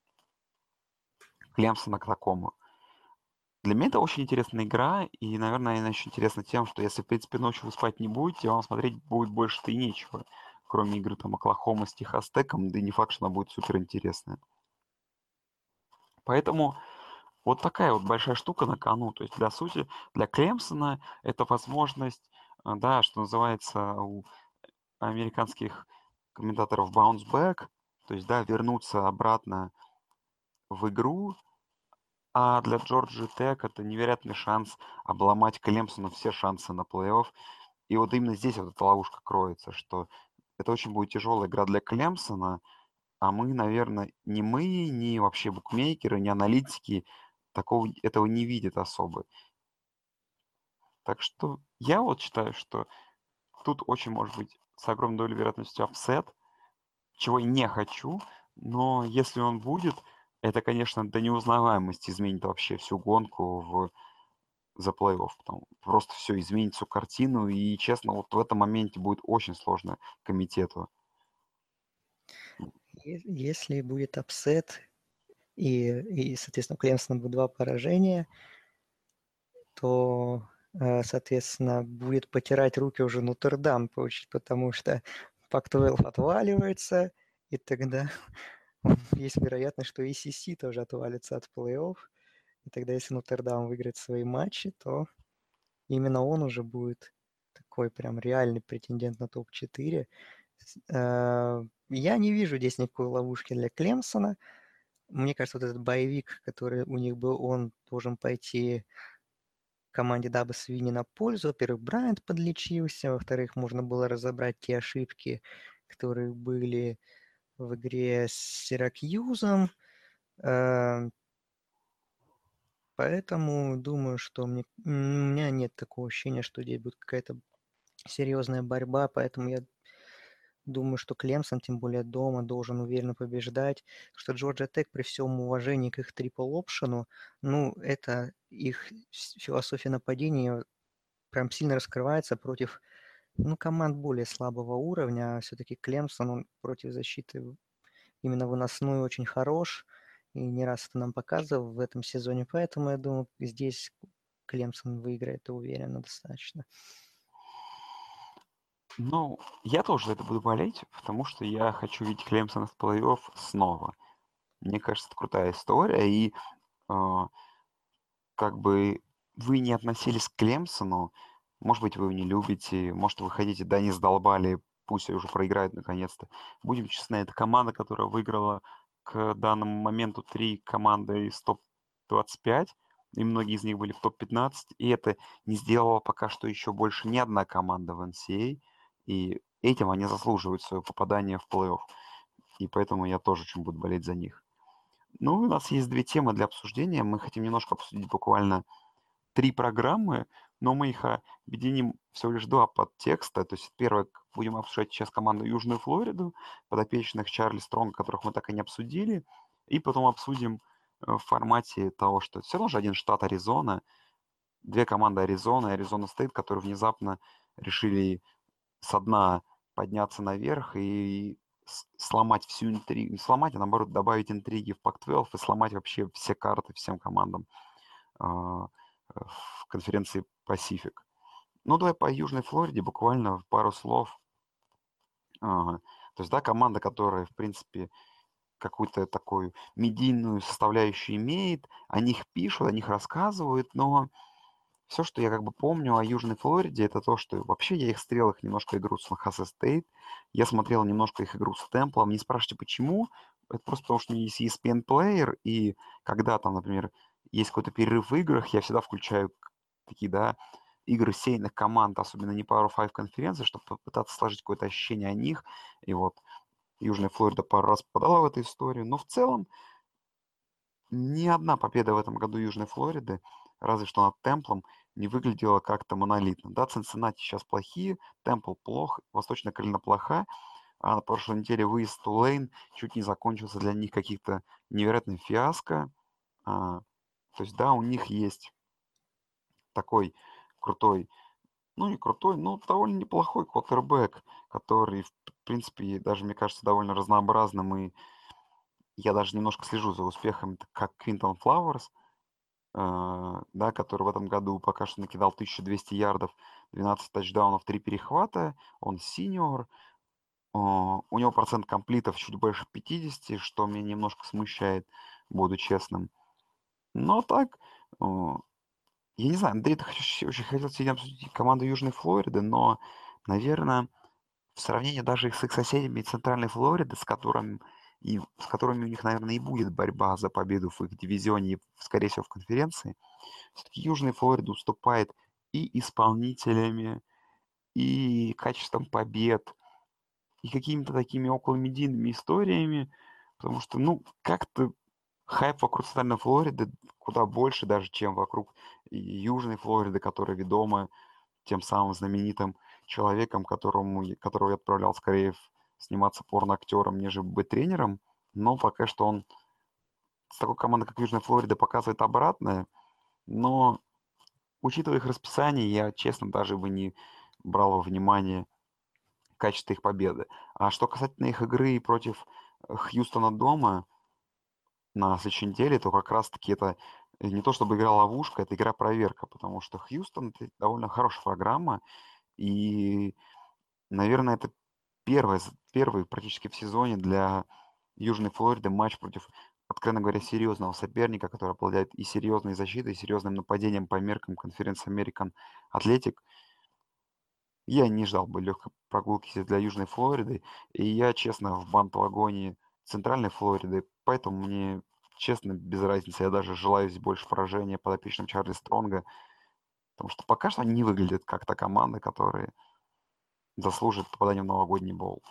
Клемсона к такому. Для меня это очень интересная игра, и, наверное, она еще интересна тем, что если, в принципе, ночью вы спать не будете, вам смотреть будет больше-то и нечего, кроме игры там Оклахома с Техас Теком, да и не факт, что она будет суперинтересная. Поэтому вот такая вот большая штука на кону. То есть, для сути, для Клемсона это возможность, да, что называется у американских комментаторов bounce back, то есть, да, вернуться обратно в игру, а для Джорджии Тек это невероятный шанс обломать Клемсону все шансы на плей-офф. И вот именно здесь вот эта ловушка кроется, что это очень будет тяжелая игра для Клемсона, а мы, наверное, ни мы, ни вообще букмекеры, ни аналитики этого не видят особо. Так что я вот считаю, что тут очень может быть с огромной долей вероятности апсет, чего я не хочу, но если он будет, это, конечно, до неузнаваемости изменит вообще всю гонку за плей-офф. Просто все изменит всю картину, и, честно, вот в этом моменте будет очень сложно комитету. Если будет апсет, и соответственно, у Клемсона будет 2 поражения, то, соответственно, будет потирать руки уже Нотр-Дам, потому что Пак-12 отваливается, и тогда есть вероятность, что ACC тоже отвалится от плей-офф. И тогда, если Нотр-Дам выиграет свои матчи, то именно он уже будет такой прям реальный претендент на топ-4. Я не вижу здесь никакой ловушки для Клемсона. Мне кажется, вот этот боевик, который у них был, он должен пойти команде Даба Свини на пользу. Во-первых, Брайант подлечился, во-вторых, можно было разобрать те ошибки, которые были в игре с Сиракьюзом. Поэтому думаю, что у меня нет такого ощущения, что здесь будет какая-то серьезная борьба, поэтому я думаю, что Клемсон, тем более дома, должен уверенно побеждать. Потому что Джорджия Тек, при всем уважении к их трипл-опшену, это их философия нападения прям сильно раскрывается против команд более слабого уровня. Все-таки Клемсон, он против защиты именно выносной очень хорош. И не раз это нам показывал в этом сезоне. Поэтому я думаю, здесь Клемсон выиграет уверенно достаточно. Ну, я тоже за это буду болеть, потому что я хочу видеть Клемсона в плей-офф снова. Мне кажется, это крутая история, и как бы вы не относились к Клемсону, может быть, вы его не любите, может, вы хотите, да, не задолбали, пусть уже проиграют наконец-то. Будем честны, это команда, которая выиграла к данному моменту 3 команды из топ-25, и многие из них были в топ-15, и это не сделала пока что еще больше ни одна команда в NCAA, и этим они заслуживают свое попадание в плей-офф. И поэтому я тоже очень буду болеть за них. Ну, у нас есть 2 темы для обсуждения. Мы хотим немножко обсудить буквально 3 программы, но мы их объединим всего лишь 2 подтекста. То есть первое, будем обсуждать сейчас команду Южную Флориду, подопечных Чарли Стронга, которых мы так и не обсудили. И потом обсудим в формате того, что все равно же один штат Аризона, 2 команды Аризона и Аризона Стейт, которые внезапно решили со дна подняться наверх и сломать всю интригу. Не сломать, а наоборот добавить интриги в Пак-12 и сломать вообще все карты всем командам в конференции Pacific. Ну, давай по Южной Флориде буквально в пару слов. То есть, да, команда, которая, в принципе, какую-то такую медийную составляющую имеет, о них пишут, о них рассказывают, но все, что я как бы помню о Южной Флориде, это то, что вообще я их стрел, их немножко игру с Сан-Хосе Стейт, я смотрел немножко их игру с Темплом, не спрашивайте почему, это просто потому, что у меня есть ESPN Player, и когда там, например, есть какой-то перерыв в играх, я всегда включаю такие, да, игры сейных команд, особенно не Power 5 конференции, чтобы попытаться сложить какое-то ощущение о них, и вот Южная Флорида пару раз попадала в эту историю, но в целом ни одна победа в этом году Южной Флориды, разве что над Темплом, не выглядела как-то монолитно. Да, Цинциннати сейчас плохие, Темпл плох, Восточная Каролина плоха, а на прошлой неделе выезд в Тулейн чуть не закончился для них каких-то невероятным фиаско. То есть, да, у них есть такой крутой, ну не крутой, но довольно неплохой квотербек, который, в принципе, даже, мне кажется, довольно разнообразным, и я даже немножко слежу за успехами, как Квинтон Флауэрс, да, который в этом году пока что накидал 1200 ярдов, 12 тачдаунов, 3 перехвата, он синьор, У него процент комплитов чуть больше 50, что меня немножко смущает, буду честным. Но так, я не знаю, Андрей, ты очень хотел сегодня обсудить команду Южной Флориды, но, наверное, в сравнении даже с их соседями из Центральной Флориды, с которыми у них, наверное, и будет борьба за победу в их дивизионе, и, скорее всего, в конференции, все-таки Южная Флорида уступает и исполнителями, и качеством побед, и какими-то такими околомедийными историями, потому что, ну, как-то хайп вокруг Центральной Флориды куда больше даже, чем вокруг Южной Флориды, которая ведома тем самым знаменитым человеком, которого я отправлял скорее сниматься порно-актером, нежели быть тренером. Но пока что он с такой командой, как Южная Флорида, показывает обратное. Но, учитывая их расписание, я, честно, даже бы не брал во внимание качество их победы. А что касательно их игры против Хьюстона дома на следующей неделе, то как раз-таки это не то чтобы игра-ловушка, это игра-проверка, потому что Хьюстон — это довольно хорошая программа, и, наверное, это первый практически в сезоне для Южной Флориды матч против, откровенно говоря, серьезного соперника, который обладает и серьезной защитой, и серьезным нападением по меркам конференции American Athletic. Я не ждал бы легкой прогулки для Южной Флориды, и я, честно, в бандвагоне Центральной Флориды, поэтому мне, честно, без разницы. Я даже желаю здесь больше поражения подопечным Чарли Стронга, потому что пока что они не выглядят как та команда, которая заслужит попадание в новогодний боул.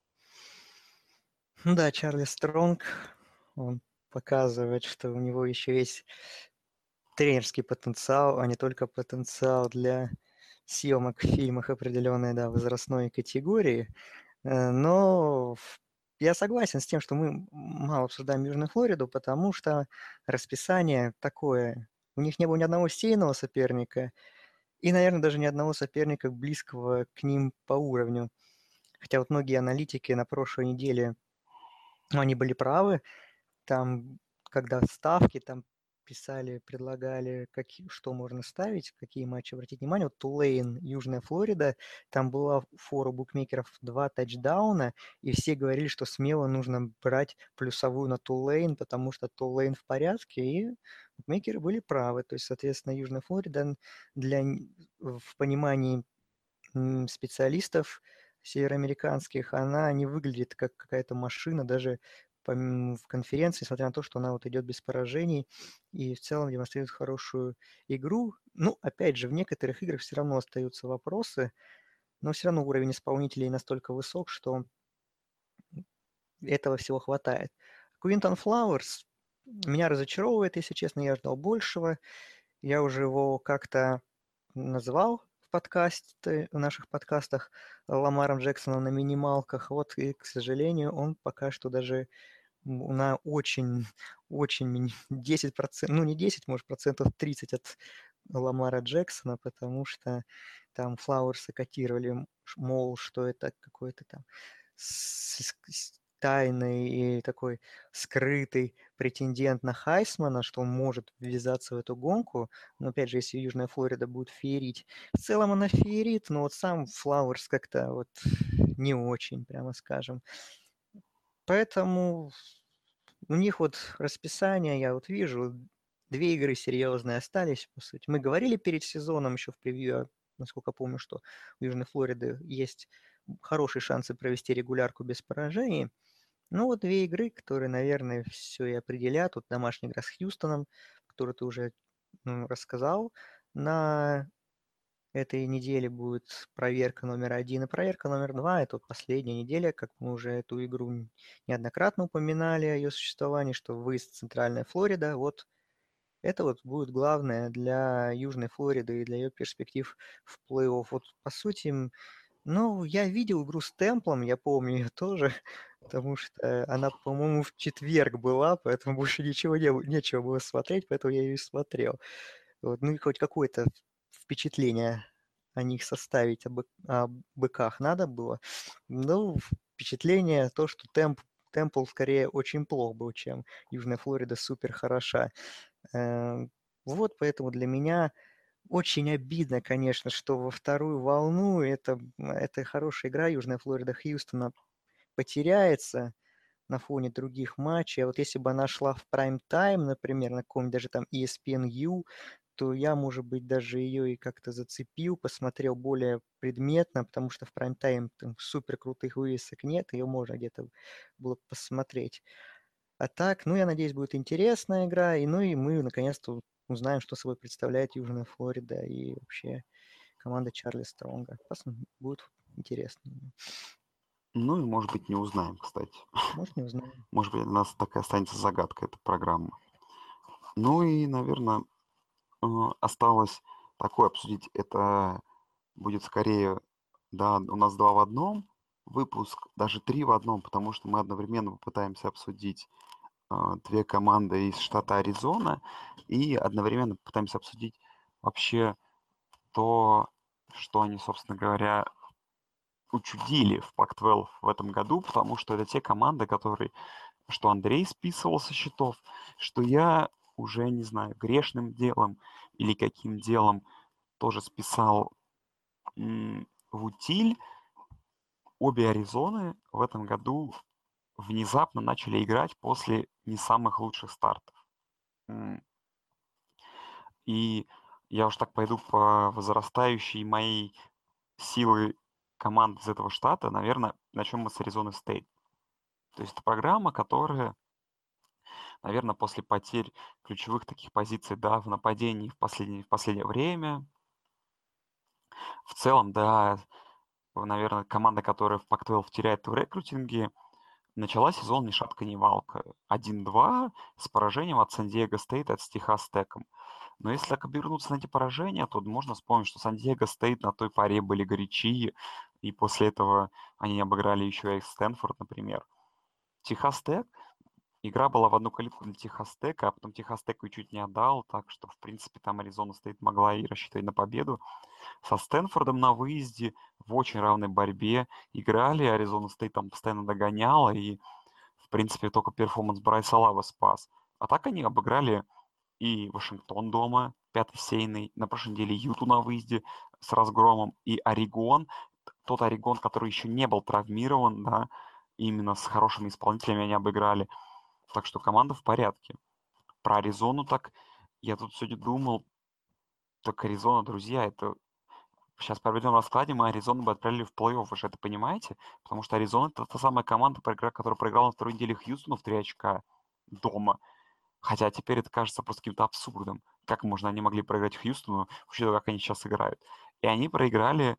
Ну да, Чарли Стронг, он показывает, что у него еще есть тренерский потенциал, а не только потенциал для съемок в фильмах определенной, да, возрастной категории. Но я согласен с тем, что мы мало обсуждаем Южную Флориду, потому что расписание такое. У них не было ни одного сеянного соперника и, наверное, даже ни одного соперника близкого к ним по уровню. Хотя вот многие аналитики на прошлой неделе, ну, они были правы, там, когда ставки там писали, предлагали, что можно ставить, какие матчи обратить внимание. Вот Тулейн, Южная Флорида, там была фора у букмекеров 2 тачдауна, и все говорили, что смело нужно брать плюсовую на Тулейн, потому что Тулейн в порядке, и букмекеры были правы. То есть, соответственно, Южная Флорида в понимании специалистов североамериканских, она не выглядит как какая-то машина даже в конференции, несмотря на то, что она вот идет без поражений и в целом демонстрирует хорошую игру. Ну, опять же, в некоторых играх все равно остаются вопросы, но все равно уровень исполнителей настолько высок, что этого всего хватает. Квинтон Флауэрс меня разочаровывает, если честно, я ждал большего. Я уже его как-то называл в наших подкастах Ламаром Джексоном на минималках. Вот и, к сожалению, он пока что даже на очень 10%, ну не 10, может, процентов 30 от Ламара Джексона, потому что там Флауэрсы котировали, мол, что это какой-то там тайный и такой скрытый претендент на Хайсмана, что он может ввязаться в эту гонку. Но опять же, если Южная Флорида будет феерить, в целом она феерит, но вот сам Флауэрс как-то вот не очень, прямо скажем. Поэтому у них вот расписание, я вот вижу, 2 игры серьезные остались, по сути. Мы говорили перед сезоном еще в превью, насколько помню, что у Южной Флориды есть хорошие шансы провести регулярку без поражений. Ну вот 2 игры, которые, наверное, все и определят. Вот домашняя игра с Хьюстоном, которую ты уже рассказал. На этой неделе будет проверка номер 1 и проверка номер 2. Это вот последняя неделя, как мы уже эту игру неоднократно упоминали о ее существовании, что выезд Центральная Флорида. Вот это вот будет главное для Южной Флориды и для ее перспектив в плей-офф. Вот по сути, ну, я видел игру с Темплом, я помню ее тоже, потому что она, по-моему, в четверг была, поэтому больше нечего было смотреть, поэтому я ее и смотрел. Вот, ну и хоть какое-то впечатление о них составить, о быках надо было. Ну, впечатление то, что Темпл скорее очень плох был, чем Южная Флорида супер хороша. Э, Вот поэтому для меня очень обидно, конечно, что во вторую волну это хорошая игра Южная Флорида Хьюстона потеряется на фоне других матчей. А вот если бы она шла в прайм-тайм, например, на каком-нибудь даже там ESPN-U, то я, может быть, даже ее и как-то зацепил, посмотрел более предметно, потому что в прайм-тайм там супер крутых вывесок нет, ее можно где-то было посмотреть. А так, ну, я надеюсь, будет интересная игра, и, ну, и мы наконец-то узнаем, что собой представляет Южная Флорида и вообще команда Чарли Стронга. Будет интересно. Ну и, может быть, не узнаем, кстати. Может, не узнаем. Может быть, для нас так и останется загадка эта программа. Ну и, наверное, осталось такое обсудить. Это будет скорее, да, у нас 2 в одном выпуск, даже 3 в одном, потому что мы одновременно попытаемся обсудить 2 команды из штата Аризона и одновременно пытаемся обсудить вообще то, что они, собственно говоря, учудили в Pac-12 в этом году, потому что это те команды, которые, что Андрей списывал со счетов, что я уже, не знаю, грешным делом или каким делом тоже списал в утиль. Обе Аризоны в этом году внезапно начали играть после не самых лучших стартов. И я уж так пойду по возрастающей моей силы команд из этого штата, наверное, начнем мы с Аризоны Стейт. То есть это программа, которая, наверное, после потерь ключевых таких позиций, да, в нападении в последнее время, в целом, да, наверное, команда, которая в Pac-12 теряет в рекрутинге, начала сезон ни шатка, ни валка. 1-2 с поражением от Сан-Диего Стейт, от Техас Теком. Но если так обернуться на эти поражения, то можно вспомнить, что Сан-Диего Стейт на той паре были горячи, и после этого они обыграли еще и Стэнфорд, например. Техас Тек, игра была в одну калитку для Техас Тека, а потом Техас Тек ее чуть не отдал, так что, в принципе, там Аризона Стейт могла и рассчитывать на победу. Со Стэнфордом на выезде в очень равной борьбе играли, Аризона Стейт там постоянно догоняла, и, в принципе, только перформанс Брайса Лава спас. А так они обыграли и Вашингтон дома, 5-й сейный, на прошлой неделе Юту на выезде с разгромом, и Орегон, тот Орегон, который еще не был травмирован, да, именно с хорошими исполнителями они обыграли. Так что команда в порядке. Про Аризону так, я тут сегодня думал, так Аризона, друзья, это сейчас по определенному раскладе мы Аризону бы отправили в плей-офф, вы же это понимаете? Потому что Аризона это та самая команда, которая проиграла на второй неделе Хьюстону в 3 очка дома. Хотя теперь это кажется просто каким-то абсурдом. Как можно, они могли проиграть Хьюстону, учитывая, как они сейчас играют. И они проиграли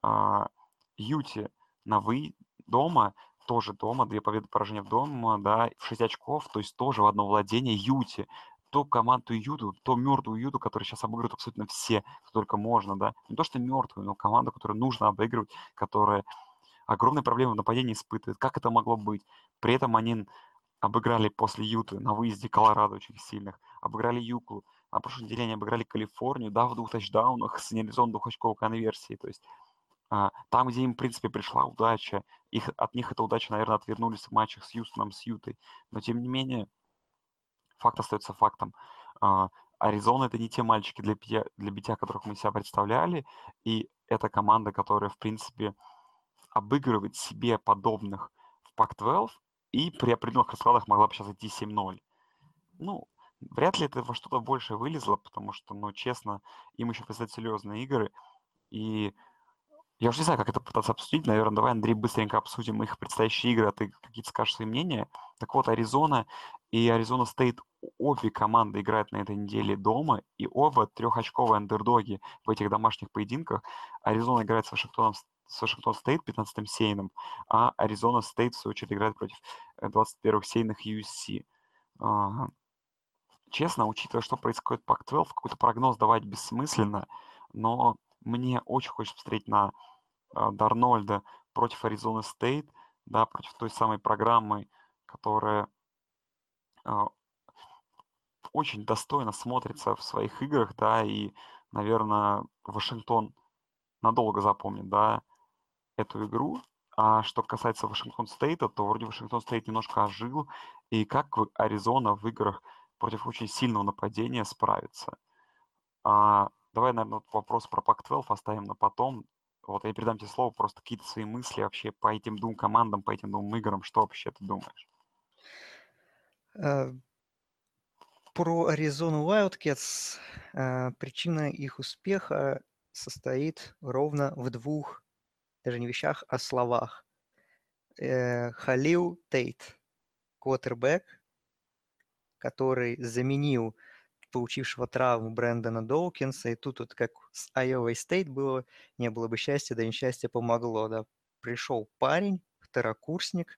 Юте дома, тоже дома, 2 победы, поражения дома, да, в 6 очков, то есть тоже в одно владение Юте. Ту команду Юту, ту мертвую Юту, которую сейчас обыгрывают абсолютно все, кто только можно, да. Не то, что мертвую, но команду, которую нужно обыгрывать, которая огромные проблемы в нападении испытывает. Как это могло быть? При этом они обыграли после Юты на выезде Колорадо очень сильных, обыграли Юклу, на прошлой неделе они обыграли Калифорнию, да, в 2 тачдаунах с нереализованной 2-очковой конверсией, то есть там, где им, в принципе, пришла удача, от них эта удача, наверное, отвернулись в матчах с Юстоном, с Ютой, но, тем не менее, факт остается фактом. Аризона — это не те мальчики для битья, которых мы себя представляли, и это команда, которая, в принципе, обыгрывает себе подобных в Pac-12 и при определенных раскладах могла бы сейчас идти 7-0. Ну, вряд ли это во что-то большее вылезло, потому что, ну, честно, им еще предстоят серьезные игры. И я уже не знаю, как это пытаться обсудить. Наверное, давай, Андрей, быстренько обсудим их предстоящие игры, а ты какие-то скажешь свои мнения. Так вот, Аризона и Аризона Стейт, обе команды играют на этой неделе дома, и оба трехочковые андердоги в этих домашних поединках. Аризона играет с Вашингтон Стейт 15-м сейном, а Аризона Стейт, в свою очередь, играет против 21-х сейных USC. Честно, учитывая, что происходит в Pac-12, какой-то прогноз давать бессмысленно, но мне очень хочется посмотреть на Дарнольда против Аризоны Стейт, да, против той самой программы, которая очень достойно смотрится в своих играх, да, и, наверное, Вашингтон надолго запомнит, да, эту игру. А что касается Вашингтон Стейта, то вроде Вашингтон Стейт немножко ожил, и как Аризона в играх против очень сильного нападения справится. Давай, наверное, вопрос про Pac-12 оставим на потом. Вот я передам тебе слово, просто какие-то свои мысли вообще по этим двум командам, по этим двум играм. Что вообще ты думаешь? Про Arizona Wildcats причина их успеха состоит ровно в двух, даже не вещах, а словах. Халил Тейт, квотербек, который заменил получившего травму Брэндона Доукинса, и тут вот как с Iowa State было, не было бы счастья, да несчастье помогло, да. Пришел парень, второкурсник,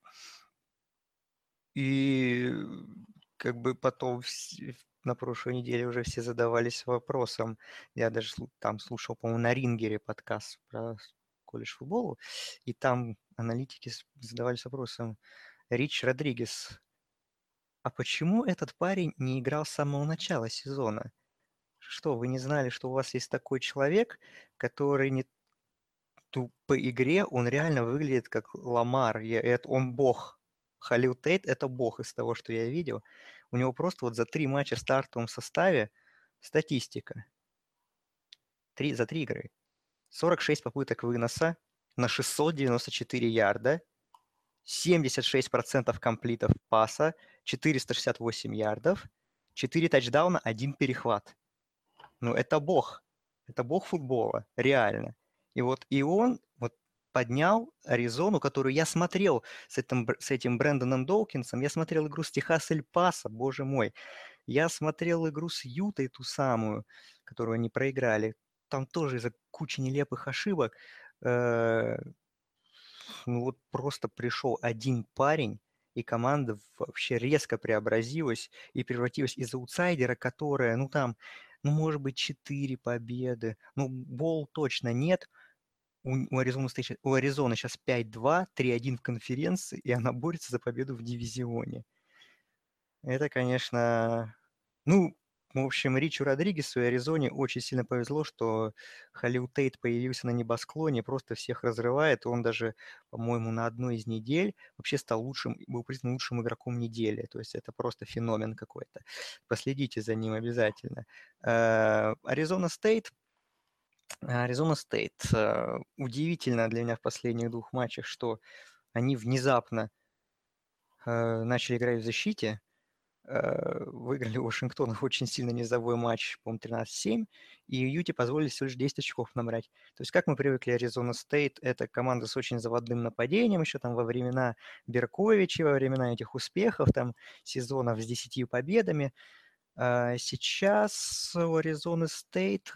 и как бы потом на прошлой неделе уже все задавались вопросом, я даже там слушал, по-моему, на Рингере подкаст про колледж футболу, и там аналитики задавались вопросом, Рич Родригес, а почему этот парень не играл с самого начала сезона? Что, вы не знали, что у вас есть такой человек, который не по игре, он реально выглядит как Ламар, он бог. Халил Тейт – это бог из того, что я видел. У него просто вот за 3 матча в стартовом составе статистика. За 3 игры. 46 попыток выноса на 694 ярда, 76% комплитов паса, 468 ярдов, 4 тачдауна, 1 перехват. Ну, это бог. Это бог футбола, реально. И он вот поднял Аризону, которую я смотрел с этим Брэндоном Доукинсом. Я смотрел игру с Техас Эль Пасо, боже мой. Я смотрел игру с Ютой, ту самую, которую они проиграли. Там тоже из-за кучи нелепых ошибок. Ну вот просто пришел один парень, и команда вообще резко преобразилась и превратилась из аутсайдера, которая, ну там, ну может быть 4 победы, ну бол точно нет, у Аризоны сейчас 5-2, 3-1 в конференции, и она борется за победу в дивизионе. Это, конечно, ну, в общем, Ричу Родригесу и Аризоне очень сильно повезло, что Халил Тейт появился на небосклоне, просто всех разрывает. Он даже, по-моему, на одной из недель вообще был признан лучшим игроком недели. То есть это просто феномен какой-то. Последите за ним обязательно. Аризона Стейт. Удивительно для меня в последних 2 матчах, что они внезапно начали играть в защите, выиграли у Вашингтона очень сильно низовой матч, по-моему, 13-7, и Юте позволили всего лишь 10 очков набрать. То есть, как мы привыкли, Аризона Стейт – это команда с очень заводным нападением, еще там во времена Берковича, во времена этих успехов, там сезонов с 10 победами. Сейчас у Аризоны Стейт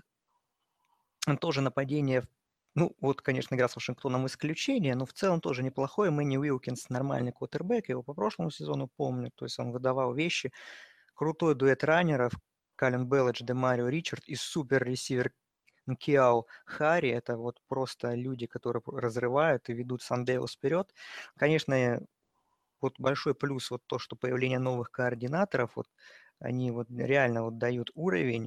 тоже нападение, ну, вот, конечно, игра с Вашингтоном исключение, но в целом тоже неплохое. Мэнни Уилкинс нормальный квотербек, я его по прошлому сезону помню, то есть он выдавал вещи. Крутой дуэт раннеров, Кален Беллидж, Демарио Ричард и супер-ресивер Киау Харри. Это вот просто люди, которые разрывают и ведут Сан-Диего вперед. Конечно, вот большой плюс вот то, что появление новых координаторов, вот они вот реально вот дают уровень.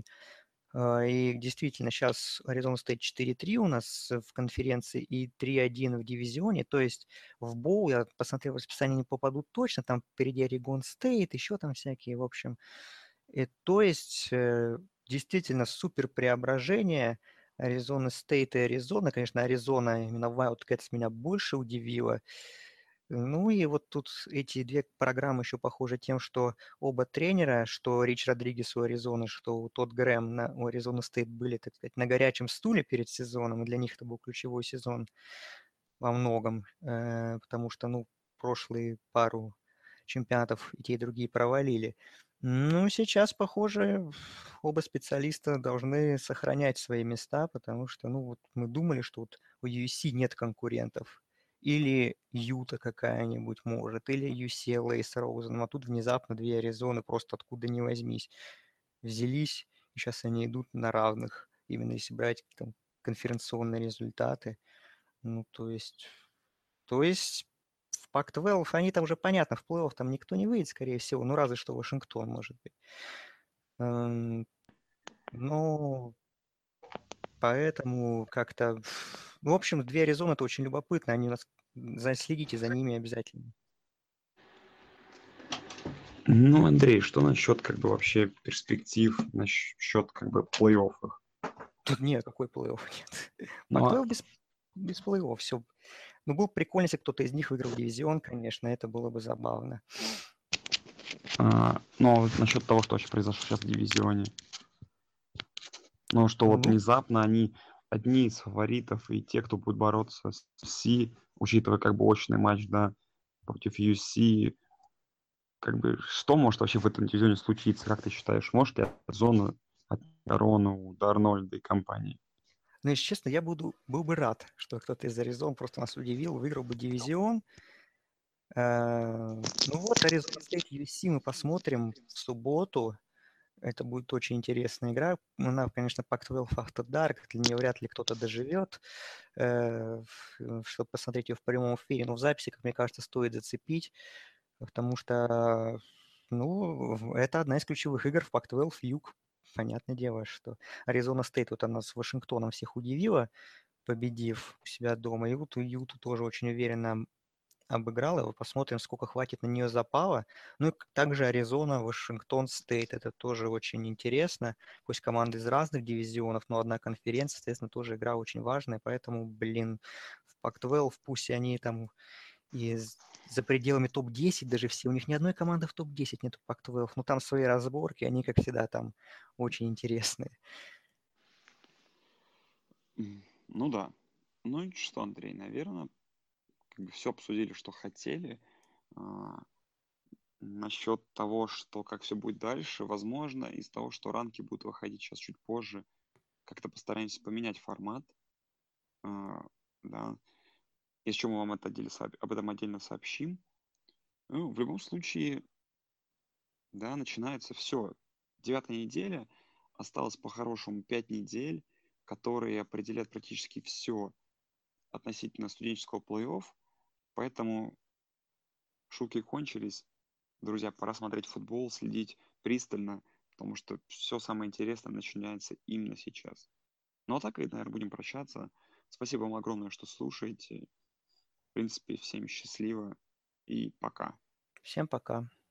И действительно, сейчас Arizona State 4-3 у нас в конференции и 3-1 в дивизионе. То есть в боул, я посмотрел, в расписание не попадут точно, там впереди Oregon State, еще там всякие, в общем. То есть действительно супер преображение Arizona State и Аризона. Конечно, Аризона, именно Wildcats меня больше удивила. Ну и вот тут эти 2 программы еще похожи тем, что оба тренера, что Рич Родригес у Аризоны, что Тодд Грэм у Аризоны Стейт были, так сказать, на горячем стуле перед сезоном, и для них это был ключевой сезон во многом, потому что, ну, прошлые пару чемпионатов и те, и другие провалили. Ну, сейчас, похоже, оба специалиста должны сохранять свои места, потому что, ну, вот мы думали, что вот у USC нет конкурентов, или Юта какая-нибудь может, или UCLA с Роузеном, а тут внезапно 2 Аризоны просто откуда ни возьмись взялись, и сейчас они идут на равных, именно если брать там конференционные результаты. Ну, то есть в Пак-12 они там уже, понятно, в плей-офф там никто не выйдет, скорее всего, ну, разве что Вашингтон, может быть. Ну, поэтому как-то... Ну, в общем, 2 Аризоны – это очень любопытно, они у нас... Следите за ними обязательно. Ну, Андрей, что насчет как бы вообще перспектив, насчет как бы плей-офф? Тут нет, какой плей-офф нет. Ну, Пак-12 без плей-офф все. Ну, было бы прикольно, если кто-то из них выиграл дивизион, конечно, это было бы забавно. Ну, а вот насчет того, что вообще произошло сейчас в дивизионе. Ну, что вот Ну, внезапно они одни из фаворитов, и те, кто будет бороться с UFC, учитывая как бы очный матч, да, против UFC, как бы что может вообще в этом дивизионе случиться, как ты считаешь? Может ли от зоны от Арону до Арнольда и компании? ну, если честно, я был бы рад, что кто-то из Аризон просто нас удивил, выиграл бы дивизион. Ну вот, Arizona State USC мы посмотрим в субботу. Это будет очень интересная игра. Она, конечно, Pac-12 After Dark. Для нее вряд ли кто-то доживет, чтобы посмотреть ее в прямом эфире. Но в записи, как мне кажется, стоит зацепить, потому что, ну, это одна из ключевых игр в Pac-12 Юг. Понятное дело, что Arizona State, вот она с Вашингтоном всех удивила, победив у себя дома. И вот Юту тоже очень уверенно обыграл его. Посмотрим, сколько хватит на нее запала. Ну и также Аризона, Вашингтон Стейт. Это тоже очень интересно. Пусть команды из разных дивизионов, но одна конференция, соответственно, тоже игра очень важная. Поэтому, блин, в Pac-12, пусть они там и за пределами топ-10 даже все, у них ни одной команды в топ-10 нету Pac-12, но там свои разборки, они, как всегда, там очень интересные. Ну да. Ну и что, Андрей, наверное, как бы все обсудили, что хотели. А, Насчет того, что как все будет дальше, возможно, из того, что ранки будут выходить сейчас чуть позже, как-то постараемся поменять формат. А, Да. Если мы вам об этом отдельно сообщим. Ну, в любом случае, да, начинается все. 9-я неделя, осталось по-хорошему 5 недель, которые определят практически все относительно студенческого плей-офф. Поэтому шутки кончились. Друзья, пора смотреть футбол, следить пристально, потому что все самое интересное начинается именно сейчас. Ну а так, наверное, будем прощаться. Спасибо вам огромное, что слушаете. В принципе, всем счастливо и пока. Всем пока.